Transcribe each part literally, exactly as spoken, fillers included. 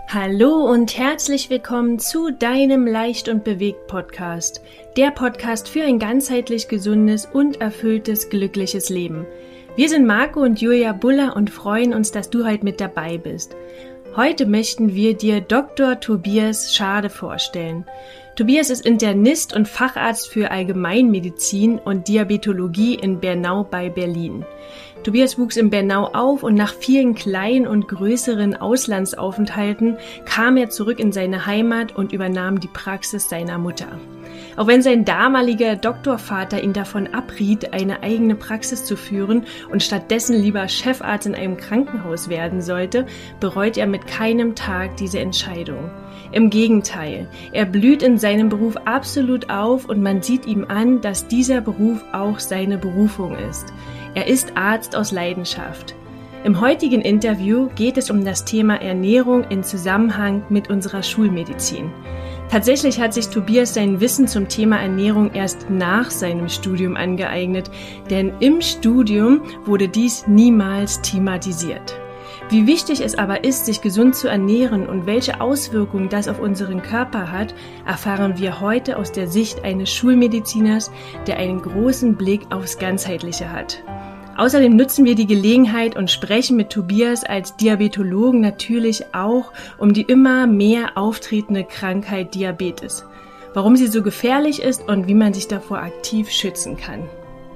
Hallo und herzlich willkommen zu deinem Leicht und bewegt Podcast. Der Podcast für ein ganzheitlich gesundes und erfülltes, glückliches Leben. Wir sind Marco und Julia Buller und freuen uns, dass du heute mit dabei bist. Heute möchten wir dir Doktor Tobias Schade vorstellen. Tobias ist Internist und Facharzt für Allgemeinmedizin und Diabetologie in Bernau bei Berlin. Tobias wuchs in Bernau auf und nach vielen kleinen und größeren Auslandsaufenthalten kam er zurück in seine Heimat und übernahm die Praxis seiner Mutter. Auch wenn sein damaliger Doktorvater ihn davon abriet, eine eigene Praxis zu führen und stattdessen lieber Chefarzt in einem Krankenhaus werden sollte, bereut er mit keinem Tag diese Entscheidung. Im Gegenteil, er blüht in seinem Beruf absolut auf und man sieht ihm an, dass dieser Beruf auch seine Berufung ist. Er ist Arzt aus Leidenschaft. Im heutigen Interview geht es um das Thema Ernährung in Zusammenhang mit unserer Schulmedizin. Tatsächlich hat sich Tobias sein Wissen zum Thema Ernährung erst nach seinem Studium angeeignet, denn im Studium wurde dies niemals thematisiert. Wie wichtig es aber ist, sich gesund zu ernähren und welche Auswirkungen das auf unseren Körper hat, erfahren wir heute aus der Sicht eines Schulmediziners, der einen großen Blick aufs Ganzheitliche hat. Außerdem nutzen wir die Gelegenheit und sprechen mit Tobias als Diabetologen natürlich auch um die immer mehr auftretende Krankheit Diabetes, warum sie so gefährlich ist und wie man sich davor aktiv schützen kann.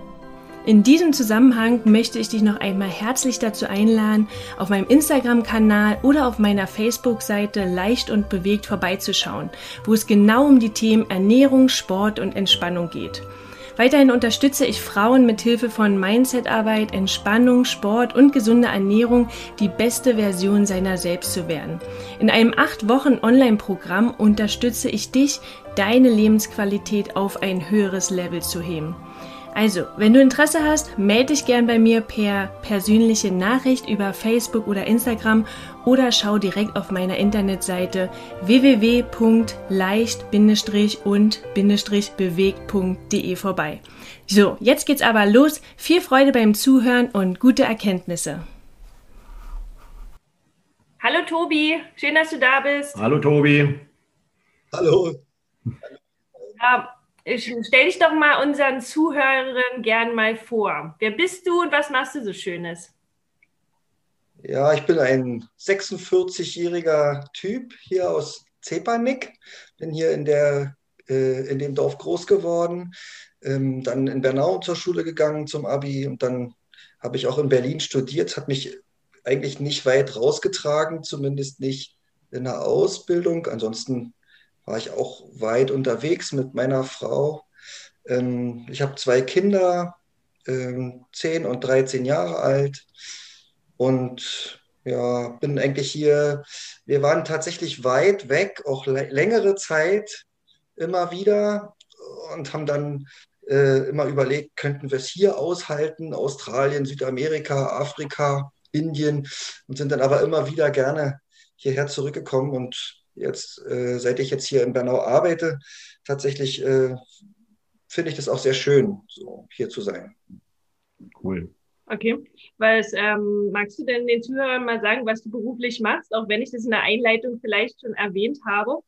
In diesem Zusammenhang möchte ich dich noch einmal herzlich dazu einladen, auf meinem Instagram-Kanal oder auf meiner Facebook-Seite Leicht und Bewegt vorbeizuschauen, wo es genau um die Themen Ernährung, Sport und Entspannung geht. Weiterhin unterstütze ich Frauen mit Hilfe von Mindset-Arbeit, Entspannung, Sport und gesunder Ernährung, die beste Version seiner selbst zu werden. In einem acht Wochen Online-Programm unterstütze ich dich, deine Lebensqualität auf ein höheres Level zu heben. Also, wenn du Interesse hast, melde dich gern bei mir per persönliche Nachricht über Facebook oder Instagram oder schau direkt auf meiner Internetseite w w w punkt leicht und bewegt punkt de vorbei. So, jetzt geht's aber los. Viel Freude beim Zuhören und gute Erkenntnisse. Hallo Tobi, schön, dass du da bist. Hallo Tobi. Hallo. Ja, stell dich doch mal unseren Zuhörern gern mal vor. Wer bist du und was machst du so Schönes? Ja, ich bin ein sechsundvierzigjähriger Typ hier aus Zepanik. Bin hier in, der, äh, in dem Dorf groß geworden, ähm, dann in Bernau zur Schule gegangen zum Abi und dann habe ich auch in Berlin studiert. Hat mich eigentlich nicht weit rausgetragen, zumindest nicht in der Ausbildung. Ansonsten war ich auch weit unterwegs mit meiner Frau. Ähm, ich habe zwei Kinder, ähm, zehn und dreizehn Jahre alt. Und ja, bin eigentlich hier, wir waren tatsächlich weit weg, auch lä- längere Zeit immer wieder und haben dann äh, immer überlegt, könnten wir es hier aushalten, Australien, Südamerika, Afrika, Indien und sind dann aber immer wieder gerne hierher zurückgekommen und jetzt, äh, seit ich jetzt hier in Bernau arbeite, tatsächlich äh, finde ich das auch sehr schön, so hier zu sein. Cool. Okay, was ähm, magst du denn den Zuhörern mal sagen, was du beruflich machst, auch wenn ich das in der Einleitung vielleicht schon erwähnt habe?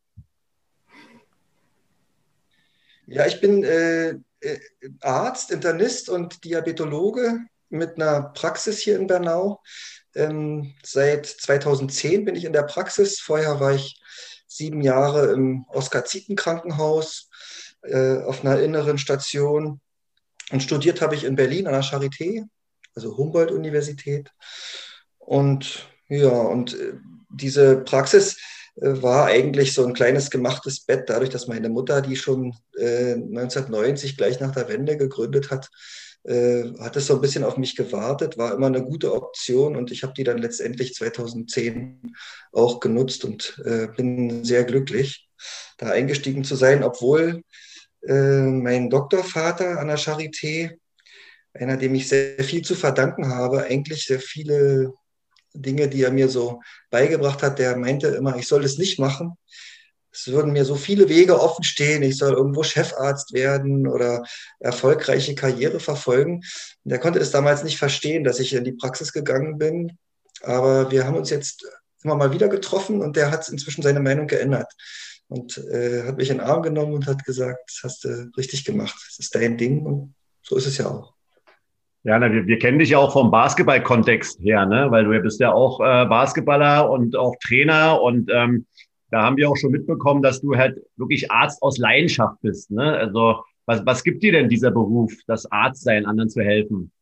Ja, ich bin äh, äh, Arzt, Internist und Diabetologe mit einer Praxis hier in Bernau. Ähm, seit zweitausendzehn bin ich in der Praxis. Vorher war ich sieben Jahre im Oskar-Zieten-Krankenhaus äh, auf einer inneren Station. Und studiert habe ich in Berlin an der Charité, also Humboldt-Universität. Und ja, und äh, diese Praxis äh, war eigentlich so ein kleines gemachtes Bett, dadurch, dass meine Mutter, die schon äh, neunzehnhundertneunzig gleich nach der Wende gegründet hat, äh, hat es so ein bisschen auf mich gewartet, war immer eine gute Option und ich habe die dann letztendlich zweitausendzehn auch genutzt und äh, bin sehr glücklich, da eingestiegen zu sein, obwohl äh, mein Doktorvater an der Charité, einer, dem ich sehr viel zu verdanken habe, eigentlich sehr viele Dinge, die er mir so beigebracht hat, der meinte immer, ich soll das nicht machen. Es würden mir so viele Wege offen stehen, ich soll irgendwo Chefarzt werden oder erfolgreiche Karriere verfolgen. Und er konnte das damals nicht verstehen, dass ich in die Praxis gegangen bin. Aber wir haben uns jetzt immer mal wieder getroffen und der hat inzwischen seine Meinung geändert und äh, hat mich in den Arm genommen und hat gesagt, das hast du richtig gemacht, das ist dein Ding und so ist es ja auch. Ja, na, wir, wir kennen dich ja auch vom Basketball-Kontext her, ne? Weil du ja bist ja auch äh, Basketballer und auch Trainer und ähm, da haben wir auch schon mitbekommen, dass du halt wirklich Arzt aus Leidenschaft bist, ne? Also was, was gibt dir denn dieser Beruf, das Arztsein, anderen zu helfen?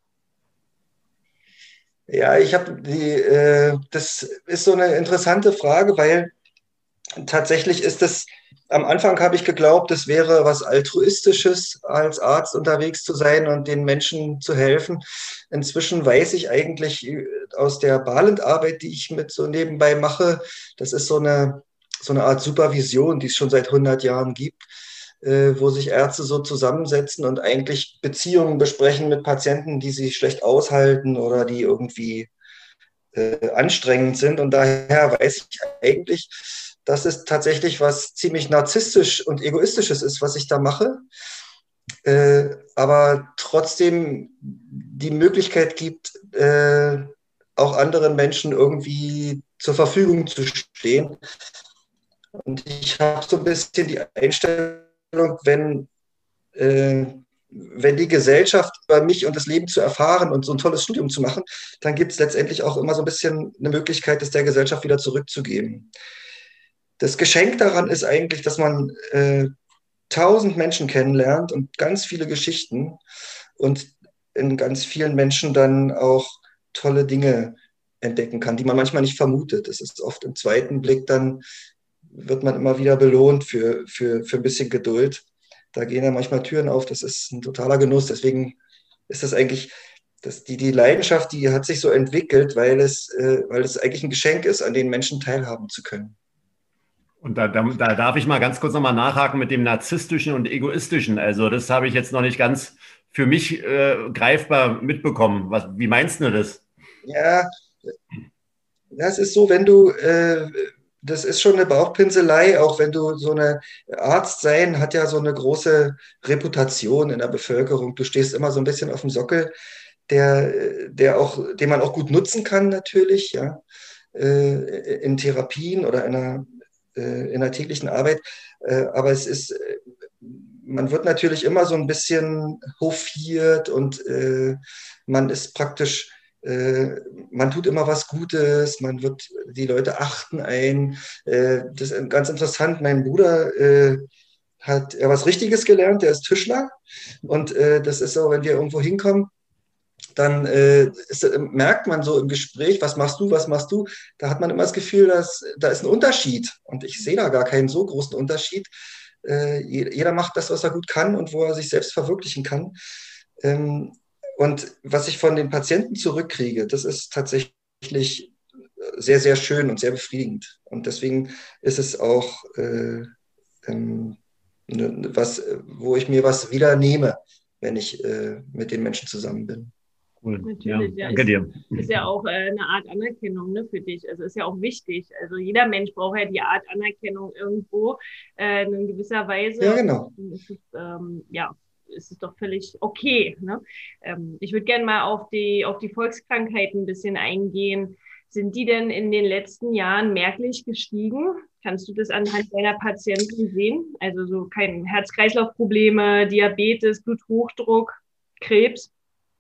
Ja, ich habe die, äh, das ist so eine interessante Frage, weil tatsächlich ist es, am Anfang habe ich geglaubt, es wäre was Altruistisches, als Arzt unterwegs zu sein und den Menschen zu helfen. Inzwischen weiß ich eigentlich aus der Balent-Arbeit, die ich mit so nebenbei mache, das ist so eine, so eine Art Supervision, die es schon seit hundert Jahren gibt, äh, wo sich Ärzte so zusammensetzen und eigentlich Beziehungen besprechen mit Patienten, die sie schlecht aushalten oder die irgendwie äh, anstrengend sind. Und daher weiß ich eigentlich, dass es tatsächlich was ziemlich narzisstisch und egoistisches ist, was ich da mache, äh, aber trotzdem die Möglichkeit gibt, äh, auch anderen Menschen irgendwie zur Verfügung zu stehen. Und ich habe so ein bisschen die Einstellung, wenn, äh, wenn die Gesellschaft über mich und das Leben zu erfahren und so ein tolles Studium zu machen, dann gibt es letztendlich auch immer so ein bisschen eine Möglichkeit, das der Gesellschaft wieder zurückzugeben. Das Geschenk daran ist eigentlich, dass man äh, tausend Menschen kennenlernt und ganz viele Geschichten und in ganz vielen Menschen dann auch tolle Dinge entdecken kann, die man manchmal nicht vermutet. Das ist oft im zweiten Blick, dann wird man immer wieder belohnt für, für, für ein bisschen Geduld. Da gehen ja manchmal Türen auf, das ist ein totaler Genuss. Deswegen ist das eigentlich, das, die, die Leidenschaft, die hat sich so entwickelt, weil es, äh, weil es eigentlich ein Geschenk ist, an den Menschen teilhaben zu können. Und da, da, da darf ich mal ganz kurz nochmal nachhaken mit dem narzisstischen und egoistischen. Also das habe ich jetzt noch nicht ganz für mich äh, greifbar mitbekommen. Was, wie meinst du das? Ja, das ist so, wenn du, äh, das ist schon eine Bauchpinselei, auch wenn du so eine Arzt sein, hat ja so eine große Reputation in der Bevölkerung. Du stehst immer so ein bisschen auf dem Sockel, der, der auch, den man auch gut nutzen kann, natürlich, ja, äh, in Therapien oder in einer, äh, in der täglichen Arbeit. Äh, aber es ist, äh, man wird natürlich immer so ein bisschen hofiert und äh, man ist praktisch äh, man tut immer was Gutes, man wird, die Leute achten ein. Äh, das ist ganz interessant. Mein Bruder äh, hat er was Richtiges gelernt, der ist Tischler. Und äh, das ist so, wenn wir irgendwo hinkommen, dann äh, ist, äh, merkt man so im Gespräch, was machst du, was machst du? Da hat man immer das Gefühl, dass da ist ein Unterschied. Und ich sehe da gar keinen so großen Unterschied. Äh, jeder macht das, was er gut kann und wo er sich selbst verwirklichen kann. Ähm, und was ich von den Patienten zurückkriege, das ist tatsächlich sehr, sehr schön und sehr befriedigend. Und deswegen ist es auch äh, ähm, ne, was, wo ich mir was wieder nehme, wenn ich äh, mit den Menschen zusammen bin. Cool. Natürlich, Ja, ja, danke ist, dir. ist ja auch äh, eine Art Anerkennung, ne, für dich. Also ist ja auch wichtig. Also jeder Mensch braucht ja die Art Anerkennung irgendwo äh, in gewisser Weise. Ja, genau. Und es ist, ähm, ja, es ist doch völlig okay. Ne? Ähm, ich würde gerne mal auf die, auf die Volkskrankheiten ein bisschen eingehen. Sind die denn in den letzten Jahren merklich gestiegen? Kannst du das anhand deiner Patienten sehen? Also so kein Herz-Kreislauf-Probleme, Diabetes, Bluthochdruck, Krebs?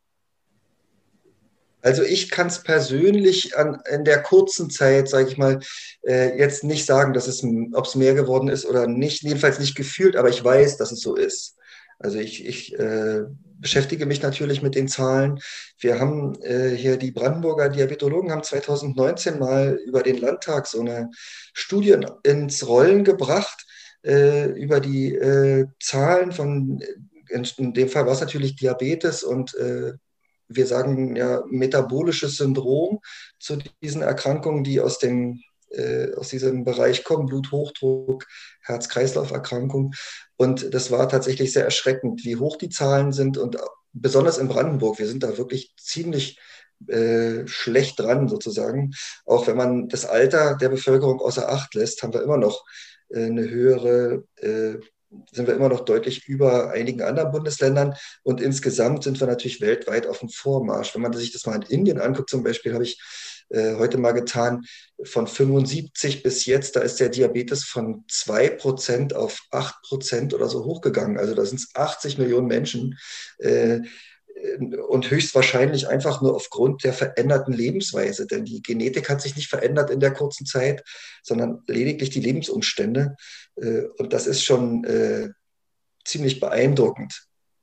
Also ich kann es persönlich an, in der kurzen Zeit, sage ich mal, äh, jetzt nicht sagen, dass es, ob es mehr geworden ist oder nicht, jedenfalls nicht gefühlt, aber ich weiß, dass es so ist. Also ich, ich äh, beschäftige mich natürlich mit den Zahlen. Wir haben äh, hier die Brandenburger Diabetologen haben zwanzig neunzehn mal über den Landtag so eine Studie ins Rollen gebracht, äh, über die äh, Zahlen von, in, in dem Fall war es natürlich Diabetes und äh, wir sagen ja metabolisches Syndrom zu diesen Erkrankungen, die aus dem äh, aus diesem Bereich kommen, Bluthochdruck, Herz-Kreislauf-Erkrankung. Und das war tatsächlich sehr erschreckend, wie hoch die Zahlen sind und besonders in Brandenburg. Wir sind da wirklich ziemlich äh, schlecht dran sozusagen. Auch wenn man das Alter der Bevölkerung außer Acht lässt, haben wir immer noch äh, eine höhere äh, sind wir immer noch deutlich über einigen anderen Bundesländern und insgesamt sind wir natürlich weltweit auf dem Vormarsch. Wenn man sich das mal in Indien anguckt, zum Beispiel habe ich äh, heute mal getan, von fünfundsiebzig bis jetzt, da ist der Diabetes von zwei Prozent auf acht Prozent oder so hochgegangen. Also da sind es achtzig Millionen Menschen. Äh, und höchstwahrscheinlich einfach nur aufgrund der veränderten Lebensweise. Denn die Genetik hat sich nicht verändert in der kurzen Zeit, sondern lediglich die Lebensumstände. Und das ist schon äh, ziemlich beeindruckend.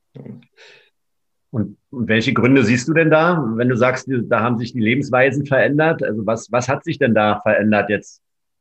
Und welche Gründe siehst du denn da, wenn du sagst, da haben sich die Lebensweisen verändert? Also was, was hat sich denn da verändert jetzt?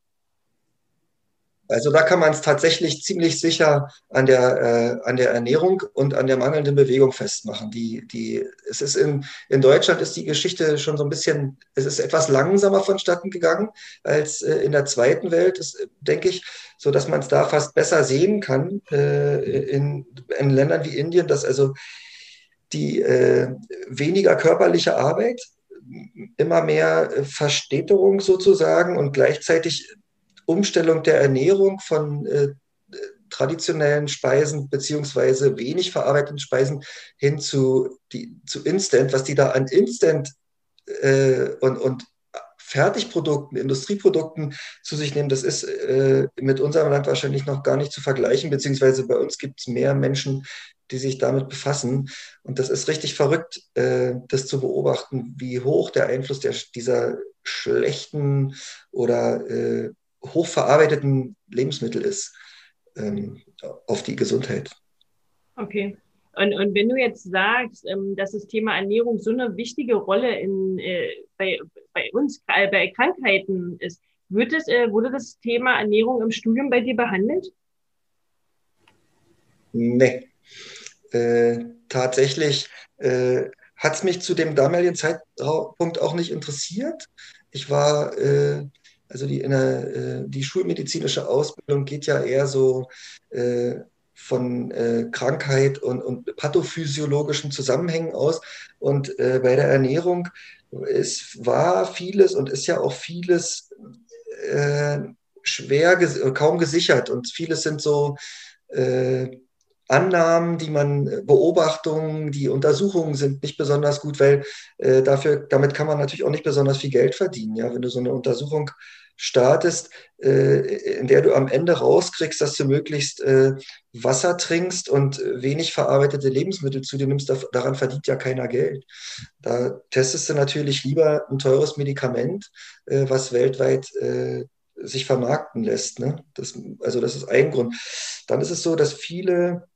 Also da kann man es tatsächlich ziemlich sicher an der, äh, an der Ernährung und an der mangelnden Bewegung festmachen. Die, die, es ist in, in Deutschland ist die Geschichte schon so ein bisschen, es ist etwas langsamer vonstatten gegangen als äh, in der zweiten Welt, ist, denke ich, so dass man es da fast besser sehen kann äh, in, in Ländern wie Indien, dass also die äh, weniger körperliche Arbeit, immer mehr Verstädterung sozusagen und gleichzeitig Umstellung der Ernährung von äh, traditionellen Speisen beziehungsweise wenig verarbeiteten Speisen hin zu, die, zu Instant, was die da an Instant äh, und, und Fertigprodukten, Industrieprodukten zu sich nehmen, das ist äh, mit unserem Land wahrscheinlich noch gar nicht zu vergleichen, beziehungsweise bei uns gibt es mehr Menschen, die sich damit befassen. Und das ist richtig verrückt, äh, das zu beobachten, wie hoch der Einfluss der, dieser schlechten oder äh, hochverarbeiteten Lebensmittel ist ähm, auf die Gesundheit. Okay. Und, und wenn du jetzt sagst, ähm, dass das Thema Ernährung so eine wichtige Rolle in, äh, bei, bei uns, äh, bei Krankheiten ist, wird es, äh, wurde das Thema Ernährung im Studium bei dir behandelt? Nee. Äh, tatsächlich äh, hat es mich zu dem damaligen Zeitpunkt auch nicht interessiert. Ich war, äh, also die, in der, äh, die schulmedizinische Ausbildung geht ja eher so äh, von äh, Krankheit und, und pathophysiologischen Zusammenhängen aus. Und äh, bei der Ernährung es war vieles und ist ja auch vieles äh, schwer, ges kaum gesichert. Und vieles sind so äh, Annahmen, die man, Beobachtungen, die Untersuchungen sind nicht besonders gut, weil äh, dafür, damit kann man natürlich auch nicht besonders viel Geld verdienen. Ja? Wenn du so eine Untersuchung startest, äh, in der du am Ende rauskriegst, dass du möglichst äh, Wasser trinkst und wenig verarbeitete Lebensmittel zu dir nimmst, da, daran verdient ja keiner Geld. Da testest du natürlich lieber ein teures Medikament, äh, was weltweit äh, sich vermarkten lässt. Ne? Das, also das ist ein Grund. Dann ist es so, dass viele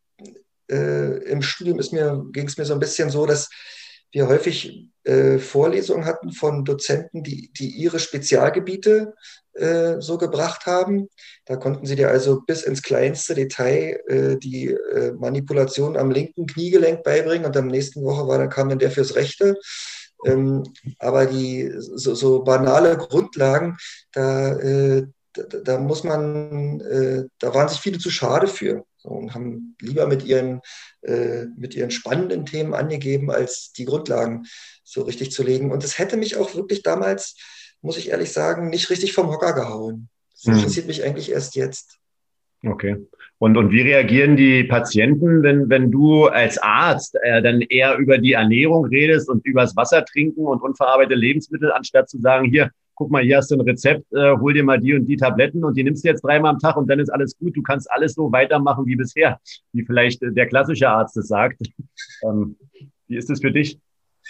äh, im Studium ist mir, ging es mir so ein bisschen so, dass wir häufig äh, Vorlesungen hatten von Dozenten, die, die ihre Spezialgebiete äh, so gebracht haben. Da konnten sie dir also bis ins kleinste Detail äh, die äh, Manipulation am linken Kniegelenk beibringen und am nächsten Woche war, dann kam dann der fürs rechte. Ähm, aber die so, so banale Grundlagen, da, äh, da, da muss man, äh, da waren sich viele zu schade für so, und haben lieber mit ihren, äh, mit ihren spannenden Themen angegeben, als die Grundlagen so richtig zu legen. Und das hätte mich auch wirklich damals, muss ich ehrlich sagen, nicht richtig vom Hocker gehauen. Das Hm. interessiert mich eigentlich erst jetzt. Okay. Und, und wie reagieren die Patienten, wenn, wenn du als Arzt äh, dann eher über die Ernährung redest und übers Wasser trinken und unverarbeitete Lebensmittel, anstatt zu sagen, hier, guck mal, hier hast du ein Rezept, äh, hol dir mal die und die Tabletten und die nimmst du jetzt dreimal am Tag und dann ist alles gut. Du kannst alles so weitermachen wie bisher, wie vielleicht äh, der klassische Arzt es sagt. Ähm, wie ist das für dich?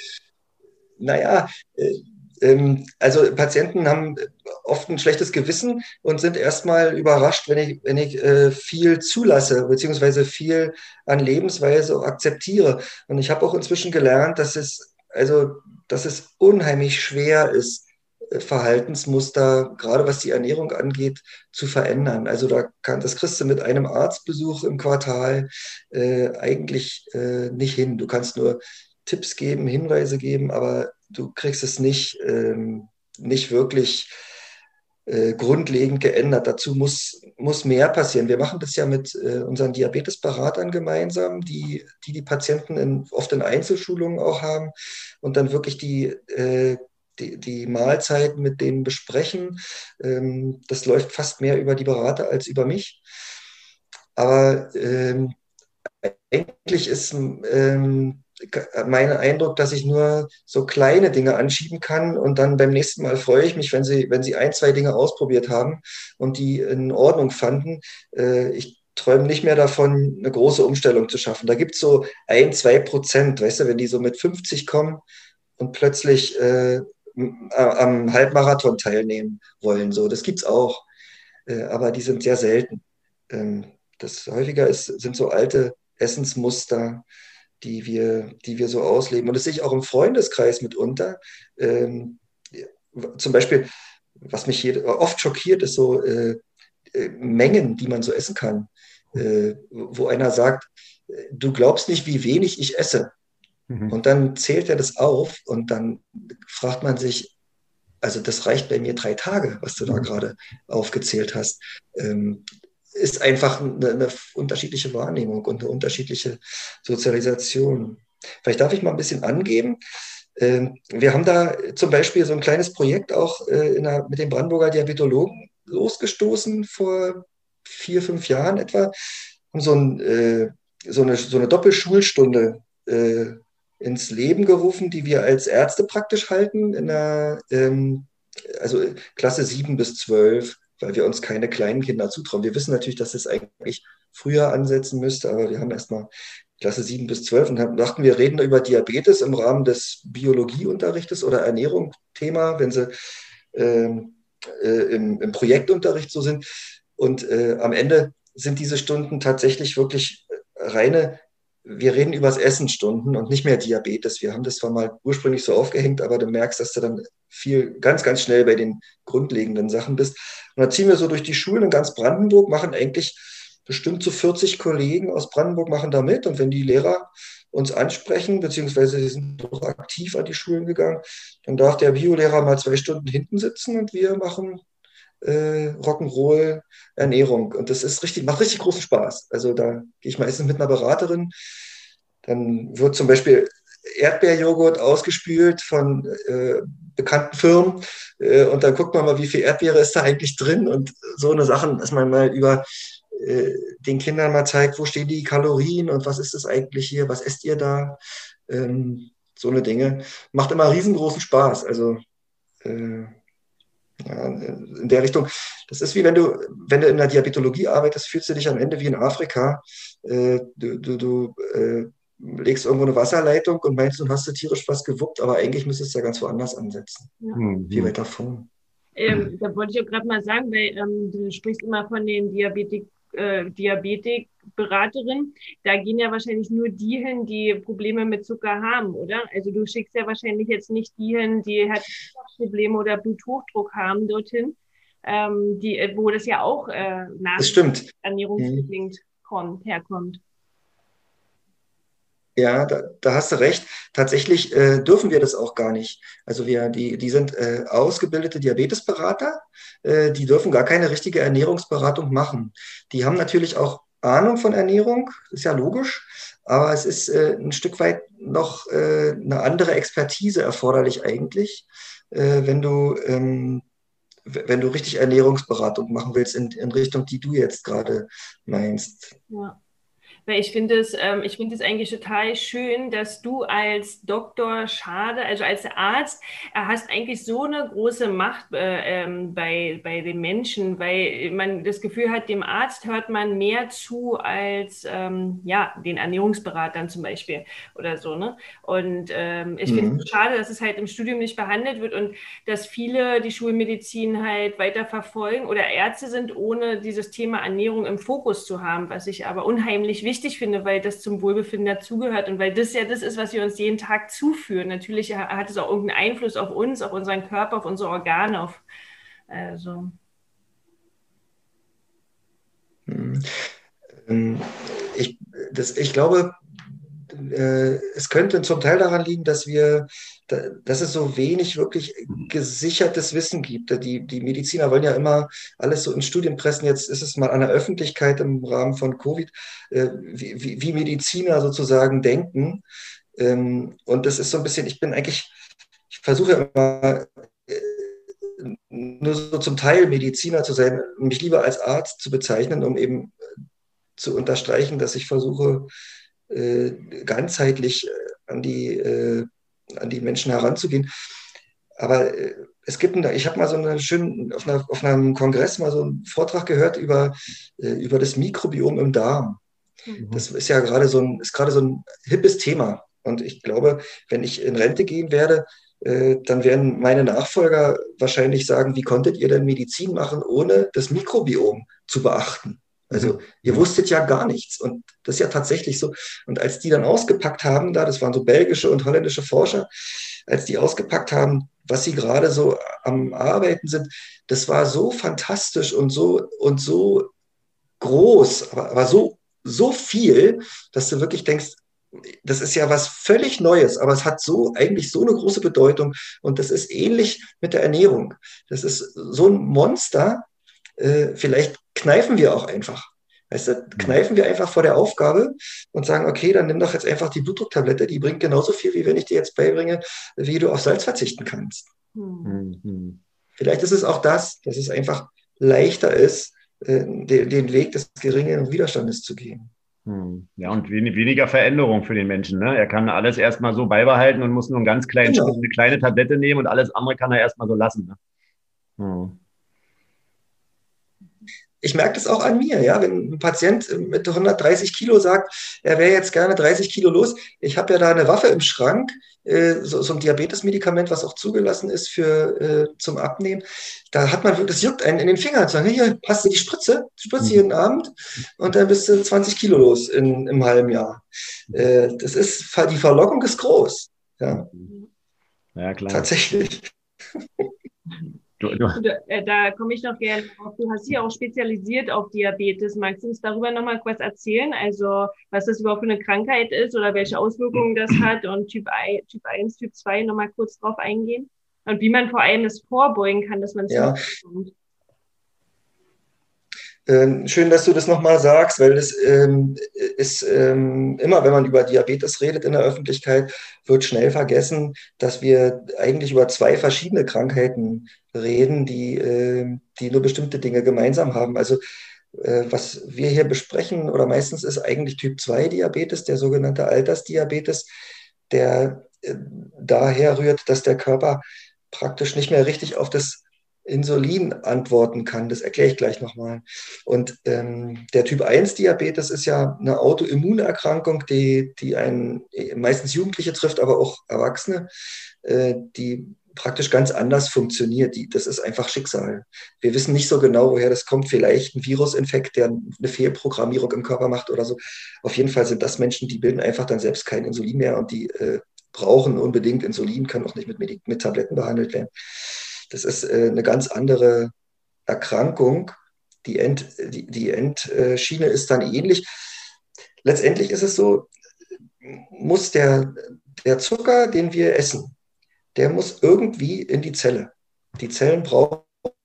Naja, äh, ähm, also Patienten haben oft ein schlechtes Gewissen und sind erstmal überrascht, wenn ich, wenn ich äh, viel zulasse, beziehungsweise viel an Lebensweise akzeptiere. Und ich habe auch inzwischen gelernt, dass es, also, dass es unheimlich schwer ist, äh, Verhaltensmuster, gerade was die Ernährung angeht, zu verändern. Also da kann, das kriegst du mit einem Arztbesuch im Quartal äh, eigentlich äh, nicht hin. Du kannst nur Tipps geben, Hinweise geben, aber du kriegst es nicht, ähm, nicht wirklich äh, grundlegend geändert. Dazu muss, muss mehr passieren. Wir machen das ja mit äh, unseren Diabetesberatern gemeinsam, die die, die Patienten in, oft in Einzelschulungen auch haben und dann wirklich die, äh, die, die Mahlzeiten mit denen besprechen. Ähm, das läuft fast mehr über die Berater als über mich. Aber ähm, eigentlich ist ähm, mein Eindruck, dass ich nur so kleine Dinge anschieben kann und dann beim nächsten Mal freue ich mich, wenn sie, wenn sie ein, zwei Dinge ausprobiert haben und die in Ordnung fanden. Äh, ich träume nicht mehr davon, eine große Umstellung zu schaffen. Da gibt es so ein, zwei Prozent, weißt du, wenn die so mit fünfzig kommen und plötzlich äh, am Halbmarathon teilnehmen wollen. So, das gibt es auch, äh, aber die sind sehr selten. Ähm, das häufiger ist, sind so alte Essensmuster, die wir, die wir so ausleben. Und das sehe ich auch im Freundeskreis mitunter. Ähm, zum Beispiel, was mich hier oft schockiert, ist so äh, äh, Mengen, die man so essen kann. Äh, wo einer sagt, du glaubst nicht, wie wenig ich esse. Mhm. Und dann zählt er das auf und dann fragt man sich, also das reicht bei mir drei Tage, was du da gerade aufgezählt hast. Ähm, ist einfach eine, eine unterschiedliche Wahrnehmung und eine unterschiedliche Sozialisation. Vielleicht darf ich mal ein bisschen angeben. Ähm, wir haben da zum Beispiel so ein kleines Projekt auch äh, in der, mit den Brandenburger Diabetologen losgestoßen vor vier, fünf Jahren etwa. Haben so, ein, äh, so, eine, so eine Doppelschulstunde äh, ins Leben gerufen, die wir als Ärzte praktisch halten, in der, ähm, also Klasse sieben bis zwölf, weil wir uns keine kleinen Kinder zutrauen. Wir wissen natürlich, dass es eigentlich früher ansetzen müsste, aber wir haben erstmal Klasse sieben bis zwölf und dann dachten wir, reden über Diabetes im Rahmen des Biologieunterrichtes oder Ernährung Thema, wenn sie ähm, äh, im, im Projektunterricht so sind. Und äh, am Ende sind diese Stunden tatsächlich wirklich reine, wir reden über das Essen Stunden und nicht mehr Diabetes. Wir haben das zwar mal ursprünglich so aufgehängt, aber du merkst, dass du dann viel, ganz, ganz schnell bei den grundlegenden Sachen bist. Und dann ziehen wir so durch die Schulen in ganz Brandenburg, machen eigentlich bestimmt so vierzig Kollegen aus Brandenburg machen da mit. Und wenn die Lehrer uns ansprechen, beziehungsweise sie sind doch aktiv an die Schulen gegangen, dann darf der Biolehrer mal zwei Stunden hinten sitzen und wir machen äh, Rock'n'Roll, Ernährung. Und das ist richtig, macht richtig großen Spaß. Also da gehe ich meistens mit einer Beraterin. Dann wird zum Beispiel Erdbeerjoghurt ausgespült von äh, bekannten Firmen äh, und dann guckt man mal, wie viel Erdbeere ist da eigentlich drin und so eine Sachen, dass man mal über äh, den Kindern mal zeigt, wo stehen die Kalorien und was ist das eigentlich hier, was esst ihr da, ähm, so eine Dinge. Macht immer riesengroßen Spaß, also äh, ja, in der Richtung. Das ist wie wenn du, wenn du in der Diabetologie arbeitest, fühlst du dich am Ende wie in Afrika. Äh, du du, du äh, legst irgendwo eine Wasserleitung und meinst, du hast du tierisch was gewuppt, aber eigentlich müsstest du ja ganz woanders ansetzen. Ja. Mhm. Viel weiter vorn. Ähm, da wollte ich auch gerade mal sagen, weil ähm, du sprichst immer von den Diabetik, äh, Diabetikberaterinnen. Da gehen ja wahrscheinlich nur die hin, die Probleme mit Zucker haben, oder? Also du schickst ja wahrscheinlich jetzt nicht die hin, die Herzprobleme oder Bluthochdruck haben dorthin, ähm, die, wo das ja auch äh, nach ernährungsbedingt mhm. kommt, herkommt. Ja, da, da hast du recht. Tatsächlich äh, dürfen wir das auch gar nicht. Also wir, die, die sind äh, ausgebildete Diabetesberater, äh, die dürfen gar keine richtige Ernährungsberatung machen. Die haben natürlich auch Ahnung von Ernährung, ist ja logisch, aber es ist äh, ein Stück weit noch äh, eine andere Expertise erforderlich eigentlich, äh, wenn du ähm, wenn du richtig Ernährungsberatung machen willst in, in Richtung, die du jetzt gerade meinst. Ja. Weil ich finde es, ähm, ich finde es eigentlich total schön, dass du als Doktor Schade, also als Arzt, äh, hast eigentlich so eine große Macht äh, ähm, bei, bei den Menschen, weil man das Gefühl hat, dem Arzt hört man mehr zu als ähm, ja, den Ernährungsberatern zum Beispiel oder so. Ne? Und ähm, ich mhm. finde es schade, dass es halt im Studium nicht behandelt wird und dass viele die Schulmedizin halt weiter verfolgen oder Ärzte sind, ohne dieses Thema Ernährung im Fokus zu haben, was ich aber unheimlich wichtig wichtig finde, weil das zum Wohlbefinden dazugehört und weil das ja das ist, was wir uns jeden Tag zuführen. Natürlich hat es auch irgendeinen Einfluss auf uns, auf unseren Körper, auf unsere Organe, auf also. Ich, das, ich glaube, es könnte zum Teil daran liegen, dass wir, dass es so wenig wirklich gesichertes Wissen gibt. Die, die Mediziner wollen ja immer alles so in Studien pressen. Jetzt ist es mal an der Öffentlichkeit im Rahmen von Covid, wie, wie, wie Mediziner sozusagen denken. Und das ist so ein bisschen, ich bin eigentlich, ich versuche immer nur so zum Teil Mediziner zu sein, mich lieber als Arzt zu bezeichnen, um eben zu unterstreichen, dass ich versuche, ganzheitlich an die, äh, an die Menschen heranzugehen. Aber äh, es gibt, ein, ich habe mal so eine schöne, auf, einer, auf einem Kongress mal so einen Vortrag gehört über, äh, über das Mikrobiom im Darm. Mhm. Das ist ja gerade so ein, ist gerade so ein hippes Thema. Und ich glaube, wenn ich in Rente gehen werde, äh, dann werden meine Nachfolger wahrscheinlich sagen, wie konntet ihr denn Medizin machen, ohne das Mikrobiom zu beachten? Also Mhm. ihr wusstet ja gar nichts. Und das ist ja tatsächlich so. Und als die dann ausgepackt haben, da, das waren so belgische und holländische Forscher, als die ausgepackt haben, was sie gerade so am Arbeiten sind, das war so fantastisch und so und so groß, aber, aber so, so viel, dass du wirklich denkst, das ist ja was völlig Neues, aber es hat so eigentlich so eine große Bedeutung und das ist ähnlich mit der Ernährung. Das ist so ein Monster, äh, vielleicht kneifen wir auch einfach. Weißt du, kneifen wir einfach vor der Aufgabe und sagen, okay, dann nimm doch jetzt einfach die Blutdrucktablette, die bringt genauso viel, wie wenn ich dir jetzt beibringe, wie du auf Salz verzichten kannst. Hm. Mhm. Vielleicht ist es auch das, dass es einfach leichter ist, äh, den, den Weg des geringeren Widerstandes zu gehen. Mhm. Ja, und wenig, weniger Veränderung für den Menschen. Ne? Er kann alles erstmal so beibehalten und muss nur einen ganz kleinen Schritt, Genau. eine kleine Tablette nehmen und alles andere kann er erstmal so lassen. Ne? Mhm. Ich merke das auch an mir, ja, wenn ein Patient mit hundertdreißig Kilo sagt, er wäre jetzt gerne dreißig Kilo los. Ich habe ja da eine Waffe im Schrank, äh, so, so ein Diabetesmedikament, was auch zugelassen ist für, äh, zum Abnehmen. Da hat man wirklich, das juckt einen in den Finger und sagen, hier, passt du die Spritze, Spritze jeden Abend und dann bist du zwanzig Kilo los in, im halben Jahr. Äh, das ist, die Verlockung ist groß, ja, Ja, klar. tatsächlich. Du, du, Und, äh, da komme ich noch gerne drauf. Du hast dich ja auch spezialisiert auf Diabetes. Magst du uns darüber nochmal was erzählen? Also, was das überhaupt für eine Krankheit ist oder welche Auswirkungen das hat und Typ, I, Typ eins, Typ zwei nochmal kurz drauf eingehen? Und wie man vor allem das vorbeugen kann, dass man es Ja. nicht bekommt. Ähm, schön, dass du das nochmal sagst, weil es ähm, ist ähm, immer, wenn man über Diabetes redet in der Öffentlichkeit, wird schnell vergessen, dass wir eigentlich über zwei verschiedene Krankheiten reden, die, äh, die nur bestimmte Dinge gemeinsam haben. Also äh, was wir hier besprechen oder meistens ist eigentlich Typ zwei Diabetes, der sogenannte Altersdiabetes, der äh, daher rührt, dass der Körper praktisch nicht mehr richtig auf das Insulin antworten kann. Das erkläre ich gleich nochmal. Und ähm, der Typ eins Diabetes ist ja eine Autoimmunerkrankung, die, die einen meistens Jugendliche trifft, aber auch Erwachsene, äh, die praktisch ganz anders funktioniert. Die, das ist einfach Schicksal. Wir wissen nicht so genau, woher das kommt. Vielleicht ein Virusinfekt, der eine Fehlprogrammierung im Körper macht oder so. Auf jeden Fall sind das Menschen, die bilden einfach dann selbst kein Insulin mehr und die äh, brauchen unbedingt Insulin, können auch nicht mit, Medik mit Tabletten behandelt werden. Das ist äh, eine ganz andere Erkrankung. Die, End, die, die Endschiene ist dann ähnlich. Letztendlich ist es so, muss der, der Zucker, den wir essen, der muss irgendwie in die Zelle. Die Zellen brauchen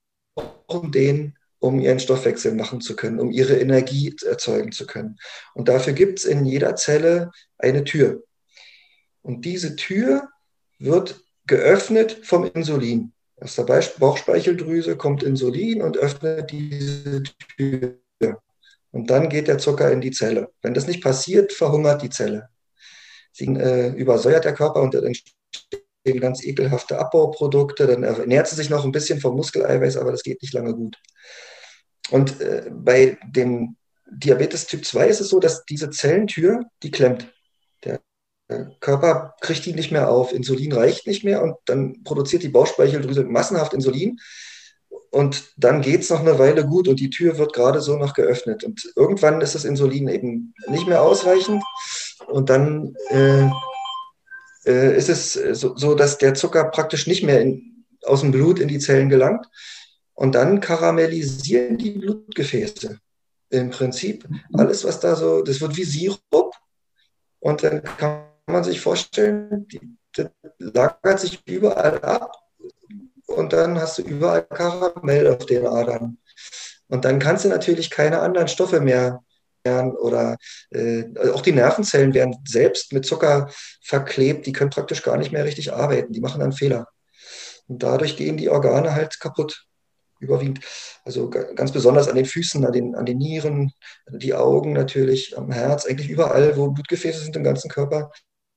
den, um ihren Stoffwechsel machen zu können, um ihre Energie erzeugen zu können. Und dafür gibt es in jeder Zelle eine Tür. Und diese Tür wird geöffnet vom Insulin. Aus der Bauchspeicheldrüse kommt Insulin und öffnet diese Tür. Und dann geht der Zucker in die Zelle. Wenn das nicht passiert, verhungert die Zelle. Sie äh, übersäuert der Körper und dann entstehen ganz ekelhafte Abbauprodukte. Dann ernährt sie sich noch ein bisschen vom Muskeleiweiß, aber das geht nicht lange gut. Und äh, bei dem Diabetes Typ zwei ist es so, dass diese Zellentür, die klemmt. Der Körper kriegt die nicht mehr auf, Insulin reicht nicht mehr und dann produziert die Bauchspeicheldrüse massenhaft Insulin und dann geht es noch eine Weile gut und die Tür wird gerade so noch geöffnet und irgendwann ist das Insulin eben nicht mehr ausreichend und dann äh, äh, ist es so, so, dass der Zucker praktisch nicht mehr in, aus dem Blut in die Zellen gelangt und dann karamellisieren die Blutgefäße. Im Prinzip alles, was da so, das wird wie Sirup und dann kann man sich vorstellen, die, das lagert sich überall ab und dann hast du überall Karamell auf den Adern. Und dann kannst du natürlich keine anderen Stoffe mehr oder äh, auch die Nervenzellen werden selbst mit Zucker verklebt, die können praktisch gar nicht mehr richtig arbeiten, die machen dann Fehler. Und dadurch gehen die Organe halt kaputt, überwiegend. Also ganz besonders an den Füßen, an den, an den Nieren, die Augen natürlich, am Herz, eigentlich überall, wo Blutgefäße sind im ganzen Körper,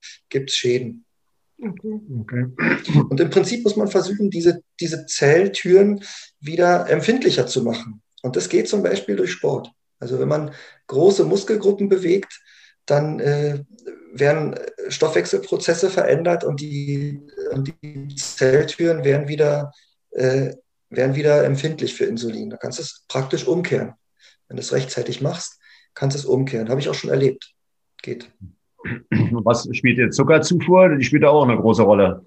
gibt es Schäden. Okay. Okay. Und im Prinzip muss man versuchen, diese, diese Zelltüren wieder empfindlicher zu machen. Und das geht zum Beispiel durch Sport. Also wenn man große Muskelgruppen bewegt, dann äh, werden Stoffwechselprozesse verändert und die, und die Zelltüren werden wieder, äh, werden wieder empfindlich für Insulin. Da kannst du es praktisch umkehren. Wenn du es rechtzeitig machst, kannst du es umkehren. Habe ich auch schon erlebt. Geht. Was spielt die Zuckerzufuhr? Die spielt auch eine große Rolle.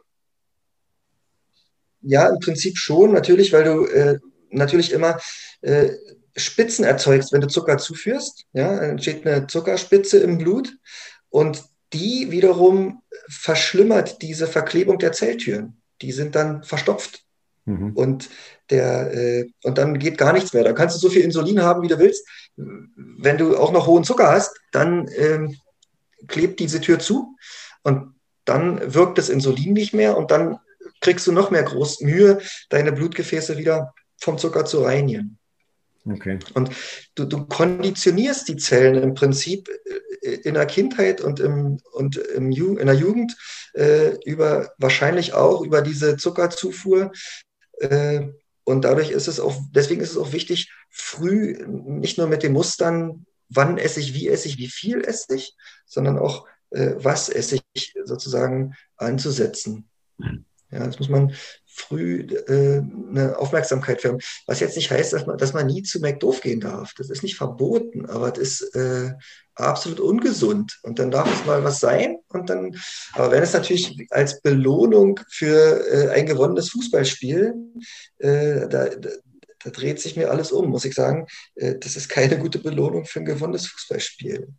Ja, im Prinzip schon, natürlich, weil du äh, natürlich immer äh, Spitzen erzeugst, wenn du Zucker zuführst. Ja, dann entsteht eine Zuckerspitze im Blut und die wiederum verschlimmert diese Verklebung der Zelltüren. Die sind dann verstopft. Mhm. Und, der, äh, und dann geht gar nichts mehr. Da kannst du so viel Insulin haben, wie du willst. Wenn du auch noch hohen Zucker hast, dann ähm, klebt diese Tür zu und dann wirkt das Insulin nicht mehr und dann kriegst du noch mehr groß Mühe, deine Blutgefäße wieder vom Zucker zu reinigen. Okay. Und du, du konditionierst die Zellen im Prinzip in der Kindheit und, im, und im Ju, in der Jugend äh, über, wahrscheinlich auch über diese Zuckerzufuhr. Äh, und dadurch ist es auch, deswegen ist es auch wichtig, früh nicht nur mit den Mustern, wann esse ich, wie esse ich, wie viel esse ich, sondern auch, äh, was esse ich sozusagen anzusetzen. Ja, das muss man früh äh, eine Aufmerksamkeit für haben. Was jetzt nicht heißt, dass man, dass man nie zu McDoof gehen darf. Das ist nicht verboten, aber das ist äh, absolut ungesund. Und dann darf es mal was sein. Und dann, aber wenn es natürlich als Belohnung für äh, ein gewonnenes Fußballspiel, äh, da, da, da dreht sich mir alles um, muss ich sagen. Äh, das ist keine gute Belohnung für ein gewonnenes Fußballspiel.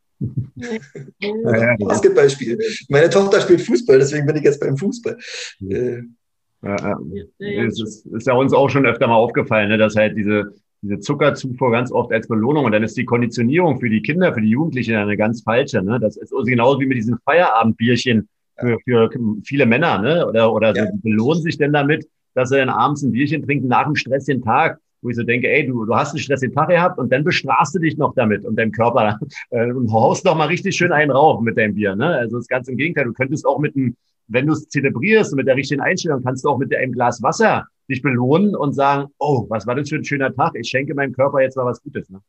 Ja, ja. Basketballspiel. Meine Tochter spielt Fußball, deswegen bin ich jetzt beim Fußball. Äh, Ja, ja. Ja, ja, Es ist, ist ja uns auch schon öfter mal aufgefallen, ne, dass halt diese, diese Zuckerzufuhr ganz oft als Belohnung und dann ist die Konditionierung für die Kinder, für die Jugendlichen eine ganz falsche. Ne? Das ist genauso wie mit diesen Feierabendbierchen für, für viele Männer, ne? Oder, oder so, Ja. die belohnen sich denn damit, dass sie dann abends ein Bierchen trinken nach einem stressigen Tag, wo ich so denke, ey, du, du hast einen stressigen Tag gehabt und dann bestrafst du dich noch damit und deinem Körper äh, und haust noch mal richtig schön einen rauf mit deinem Bier. Ne? Also das ganz im Gegenteil, du könntest auch mit einem, wenn du es zelebrierst und mit der richtigen Einstellung, kannst du auch mit einem Glas Wasser dich belohnen und sagen, oh, was war das für ein schöner Tag, ich schenke meinem Körper jetzt mal was Gutes. Ne?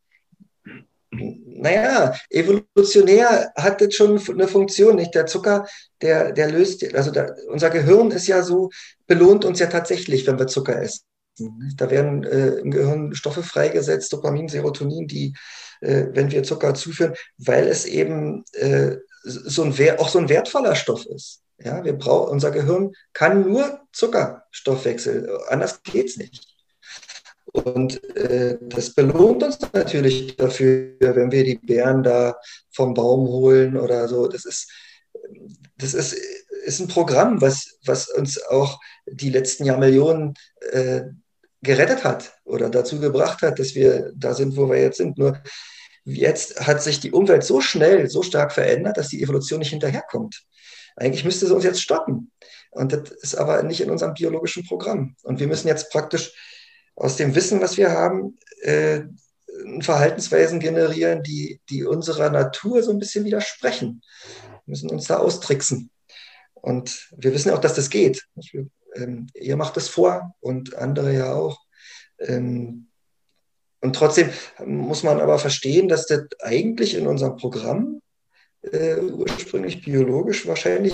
Naja, evolutionär hat das schon eine Funktion, nicht? Der Zucker, der, der löst, also der, unser Gehirn ist ja so, belohnt uns ja tatsächlich, wenn wir Zucker essen. Da werden äh, im Gehirn Stoffe freigesetzt, Dopamin, Serotonin, die, äh, wenn wir Zucker zuführen, weil es eben äh, so ein, auch so ein wertvoller Stoff ist. Ja, wir brauchen, unser Gehirn kann nur Zuckerstoffwechsel, anders geht es nicht. Und äh, das belohnt uns natürlich dafür, wenn wir die Beeren da vom Baum holen oder so. Das ist, das ist, ist ein Programm, was, was uns auch die letzten Jahrmillionen äh, gerettet hat oder dazu gebracht hat, dass wir da sind, wo wir jetzt sind. Nur jetzt hat sich die Umwelt so schnell, so stark verändert, dass die Evolution nicht hinterherkommt. Eigentlich müsste sie uns jetzt stoppen. Und das ist aber nicht in unserem biologischen Programm. Und wir müssen jetzt praktisch aus dem Wissen, was wir haben, äh, Verhaltensweisen generieren, die, die unserer Natur so ein bisschen widersprechen. Wir müssen uns da austricksen. Und wir wissen ja auch, dass das geht. Wir, ähm, ihr macht das vor und andere ja auch. Ähm, und trotzdem muss man aber verstehen, dass das eigentlich in unserem Programm äh, ursprünglich biologisch wahrscheinlich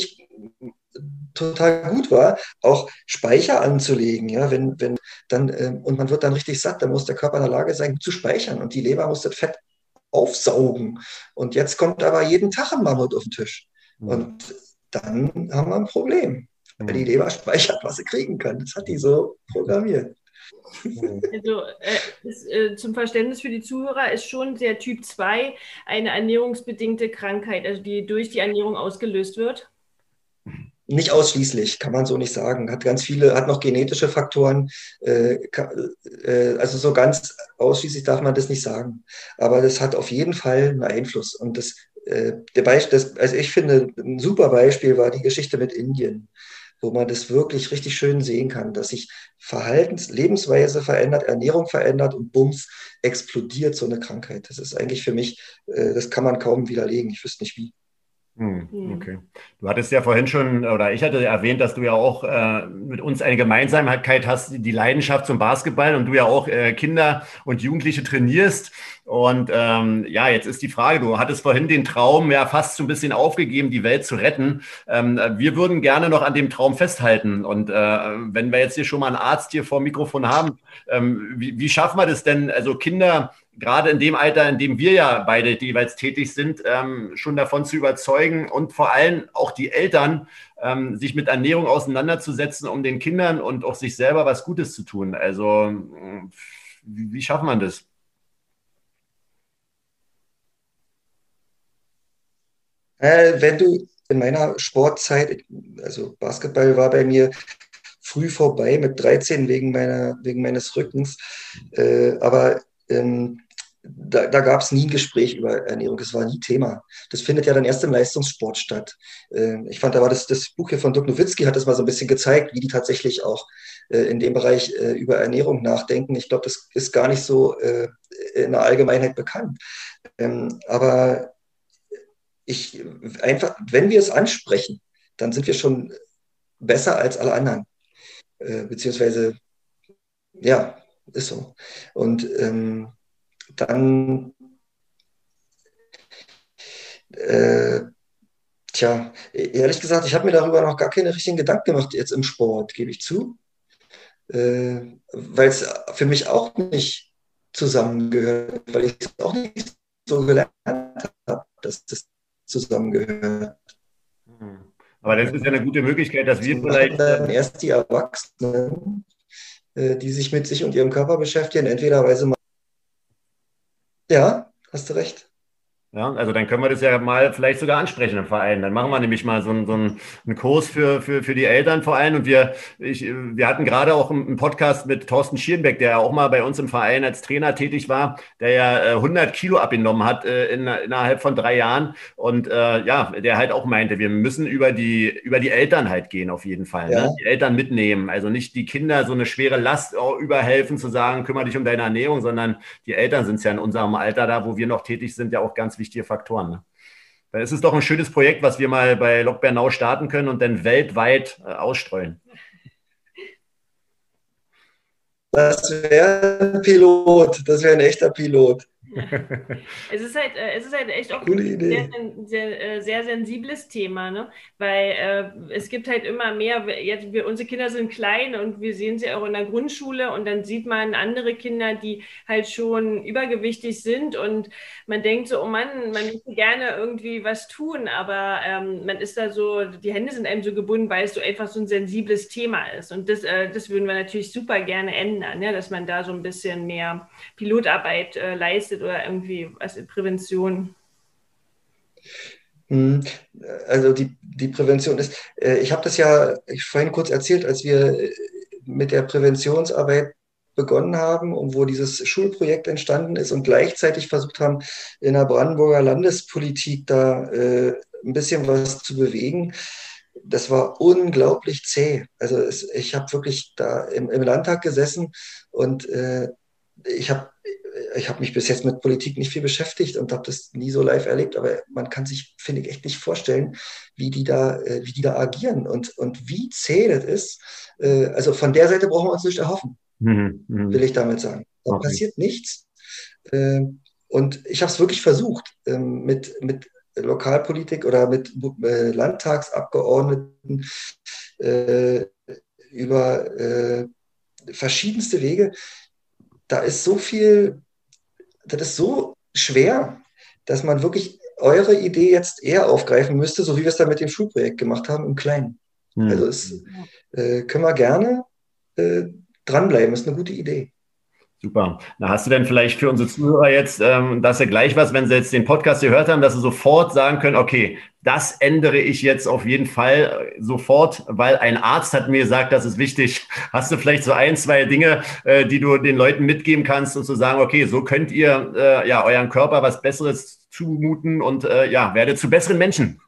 total gut war, auch Speicher anzulegen, ja, wenn, wenn dann, äh, und man wird dann richtig satt, dann muss der Körper in der Lage sein, zu speichern und die Leber muss das Fett aufsaugen. Und jetzt kommt aber jeden Tag ein Mammut auf den Tisch. Mhm. Und dann haben wir ein Problem, weil die Leber speichert, was sie kriegen kann. Das hat die so programmiert. Also äh, ist, äh, zum Verständnis für die Zuhörer ist schon der Typ zwei eine ernährungsbedingte Krankheit, also die durch die Ernährung ausgelöst wird? Nicht ausschließlich, kann man so nicht sagen. Hat ganz viele, hat noch genetische Faktoren. Äh, äh, also so ganz ausschließlich darf man das nicht sagen. Aber das hat auf jeden Fall einen Einfluss. Und das, äh, der Beispiel, das, also ich finde, ein super Beispiel war die Geschichte mit Indien, wo man das wirklich richtig schön sehen kann, dass sich Verhaltens-, Lebensweise verändert, Ernährung verändert und bums, explodiert so eine Krankheit. Das ist eigentlich für mich, äh, das kann man kaum widerlegen. Ich wüsste nicht wie. Hm, okay. Du hattest ja vorhin schon, oder ich hatte erwähnt, dass du ja auch äh, mit uns eine Gemeinsamkeit hast, die Leidenschaft zum Basketball und du ja auch äh, Kinder und Jugendliche trainierst. Und ähm, ja, jetzt ist die Frage, du hattest vorhin den Traum ja fast so ein bisschen aufgegeben, die Welt zu retten. Ähm, wir würden gerne noch an dem Traum festhalten. Und äh, wenn wir jetzt hier schon mal einen Arzt hier vor dem Mikrofon haben, ähm, wie, wie schaffen wir das denn, also Kinder gerade in dem Alter, in dem wir ja beide jeweils tätig sind, ähm, schon davon zu überzeugen und vor allem auch die Eltern, ähm, sich mit Ernährung auseinanderzusetzen, um den Kindern und auch sich selber was Gutes zu tun. Also wie, wie schafft man das? Äh, wenn du in meiner Sportzeit, also Basketball war bei mir früh vorbei mit dreizehn wegen meiner, wegen meines Rückens, äh, aber ähm, da, da gab es nie ein Gespräch über Ernährung, das war nie Thema. Das findet ja dann erst im Leistungssport statt. Äh, ich fand, da war das, das Buch hier von Dirk Nowitzki, hat das mal so ein bisschen gezeigt, wie die tatsächlich auch äh, in dem Bereich äh, über Ernährung nachdenken. Ich glaube, das ist gar nicht so äh, in der Allgemeinheit bekannt. Ähm, aber ich einfach, wenn wir es ansprechen, dann sind wir schon besser als alle anderen. Äh, beziehungsweise, ja, ist so. Und ähm, dann, äh, tja, ehrlich gesagt, ich habe mir darüber noch gar keine richtigen Gedanken gemacht, jetzt im Sport, gebe ich zu. Äh, weil es für mich auch nicht zusammengehört, weil ich es auch nicht so gelernt habe, dass das zusammengehört. Aber das ist ja eine gute Möglichkeit, dass wir So vielleicht. dann erst die Erwachsenen, äh, die sich mit sich und ihrem Körper beschäftigen, entweder weil sie mal. Ja, hast du recht. Ja, also dann können wir das ja mal vielleicht sogar ansprechen im Verein. Dann machen wir nämlich mal so einen, so einen, einen Kurs für, für, für die Eltern vor allem. Und wir, ich, wir hatten gerade auch einen Podcast mit Thorsten Schierenbeck, der ja auch mal bei uns im Verein als Trainer tätig war, der ja hundert Kilo abgenommen hat äh, in, innerhalb von drei Jahren. Und äh, ja, der halt auch meinte, wir müssen über die, über die Eltern halt gehen auf jeden Fall. Ja. Ne? Die Eltern mitnehmen. Also nicht die Kinder so eine schwere Last überhelfen zu sagen, kümmere dich um deine Ernährung, sondern die Eltern sind es ja in unserem Alter da, wo wir noch tätig sind, ja auch ganz wichtige Faktoren. Ne? Dann ist es doch ein schönes Projekt, was wir mal bei Lok Bernau starten können und dann weltweit äh, ausstreuen. Das wäre ein Pilot, das wäre ein echter Pilot. Es ist halt, äh, es ist halt echt auch Coole ein Idee. sehr, sehr, sehr sensibles Thema, ne? Weil äh, es gibt halt immer mehr, jetzt, wir, unsere Kinder sind klein und wir sehen sie auch in der Grundschule und dann sieht man andere Kinder, die halt schon übergewichtig sind und man denkt so, oh Mann, man möchte gerne irgendwie was tun, aber ähm, man ist da so, die Hände sind einem so gebunden, weil es so einfach so ein sensibles Thema ist und das, äh, das würden wir natürlich super gerne ändern, ja? Dass man da so ein bisschen mehr Pilotarbeit äh, leistet oder irgendwie was in Prävention. Also die, die Prävention ist, äh, ich habe das ja ich vorhin kurz erzählt, als wir mit der Präventionsarbeit begonnen haben und wo dieses Schulprojekt entstanden ist und gleichzeitig versucht haben, in der Brandenburger Landespolitik da äh, ein bisschen was zu bewegen. Das war unglaublich zäh. Also es, ich habe wirklich da im, im Landtag gesessen und äh, ich habe ich habe mich bis jetzt mit Politik nicht viel beschäftigt und habe das nie so live erlebt, aber man kann sich, finde ich, echt nicht vorstellen, wie die da, äh, wie die da agieren und, und wie zäh das ist. Äh, also von der Seite brauchen wir uns nicht erhoffen, Mhm, mh. will ich damit sagen. Da Okay. passiert nichts. Äh, und ich habe es wirklich versucht, äh, mit, mit Lokalpolitik oder mit äh, Landtagsabgeordneten äh, über äh, verschiedenste Wege. Da ist so viel, das ist so schwer, dass man wirklich eure Idee jetzt eher aufgreifen müsste, so wie wir es da mit dem Schulprojekt gemacht haben, im Kleinen. Hm. Also es äh, können wir gerne äh, dranbleiben, ist eine gute Idee. Super. Na, hast du denn vielleicht für unsere Zuhörer jetzt, ähm, dass sie gleich was, wenn sie jetzt den Podcast gehört haben, dass sie sofort sagen können, okay, das ändere ich jetzt auf jeden Fall äh, sofort, weil ein Arzt hat mir gesagt, das ist wichtig. Hast du vielleicht so ein, zwei Dinge, äh, die du den Leuten mitgeben kannst und zu sagen, okay, so könnt ihr äh, ja euren Körper was Besseres zumuten und äh, ja, werdet zu besseren Menschen.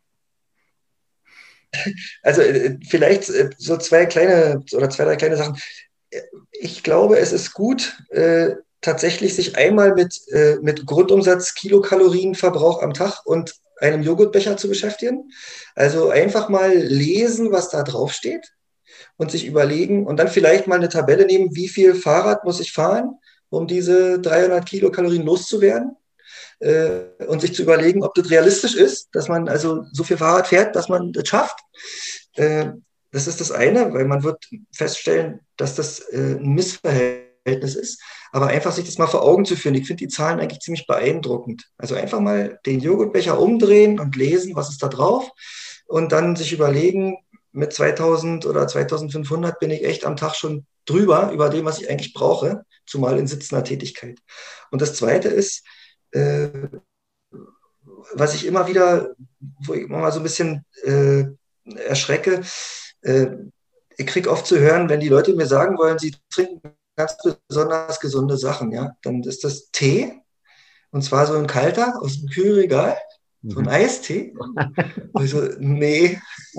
Also äh, vielleicht äh, so zwei kleine oder zwei, drei kleine Sachen. Ich glaube, es ist gut, äh, tatsächlich sich einmal mit, äh, mit Grundumsatz Kilokalorienverbrauch am Tag und einem Joghurtbecher zu beschäftigen. Also einfach mal lesen, was da drauf steht und sich überlegen und dann vielleicht mal eine Tabelle nehmen, wie viel Fahrrad muss ich fahren, um diese dreihundert Kilokalorien loszuwerden. Äh, und sich zu überlegen, ob das realistisch ist, dass man also so viel Fahrrad fährt, dass man das schafft. Äh, das ist das eine, weil man wird feststellen, dass das äh, ein Missverhältnis ist. Aber einfach sich das mal vor Augen zu führen. Ich finde die Zahlen eigentlich ziemlich beeindruckend. Also einfach mal den Joghurtbecher umdrehen und lesen, was ist da drauf. Und dann sich überlegen, mit zweitausend oder zweitausendfünfhundert bin ich echt am Tag schon drüber, über dem, was ich eigentlich brauche, zumal in sitzender Tätigkeit. Und das zweite ist, äh, was ich immer wieder, wo ich immer mal so ein bisschen äh, erschrecke, äh, ich kriege oft zu hören, wenn die Leute mir sagen wollen, sie trinken ganz besonders gesunde Sachen, ja, dann ist das Tee, und zwar so ein kalter aus dem Kühlregal, so ein Eistee. Also, nee.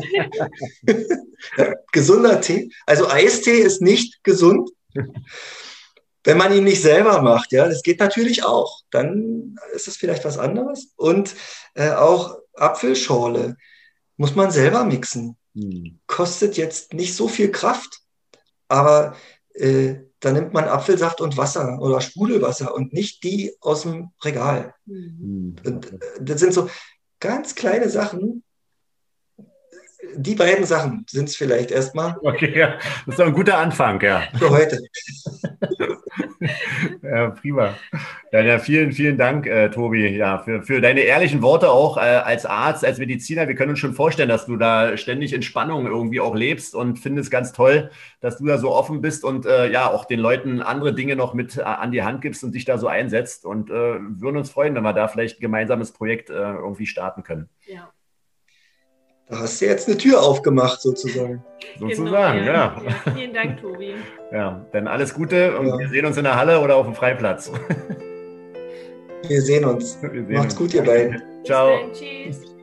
Ja, gesunder Tee. Also Eistee ist nicht gesund, wenn man ihn nicht selber macht. Ja, das geht natürlich auch. Dann ist es vielleicht was anderes. Und äh, auch Apfelschorle muss man selber mixen. Hm. Kostet jetzt nicht so viel Kraft, aber äh, da nimmt man Apfelsaft und Wasser oder Sprudelwasser und nicht die aus dem Regal. Mhm. Und, äh, das sind so ganz kleine Sachen. Die beiden Sachen sind es vielleicht erstmal. Okay, ja. Das ist doch ein guter Anfang, ja. Für heute. Ja, prima. Ja, ja, vielen, vielen Dank, äh, Tobi, ja, für, für deine ehrlichen Worte auch äh, als Arzt, als Mediziner. Wir können uns schon vorstellen, dass du da ständig in Spannung irgendwie auch lebst und finde es ganz toll, dass du da so offen bist und äh, ja auch den Leuten andere Dinge noch mit äh, an die Hand gibst und dich da so einsetzt und äh, würden uns freuen, wenn wir da vielleicht ein gemeinsames Projekt äh, irgendwie starten können. Ja. Da hast du jetzt eine Tür aufgemacht, sozusagen. Sozusagen, genau, ja. ja. ja. Vielen Dank, Tobi. Ja, dann alles Gute und ja. wir sehen uns in der Halle oder auf dem Freiplatz. Wir sehen uns. Wir sehen Macht's uns. gut, ihr beiden. Ciao. Bis dann, tschüss.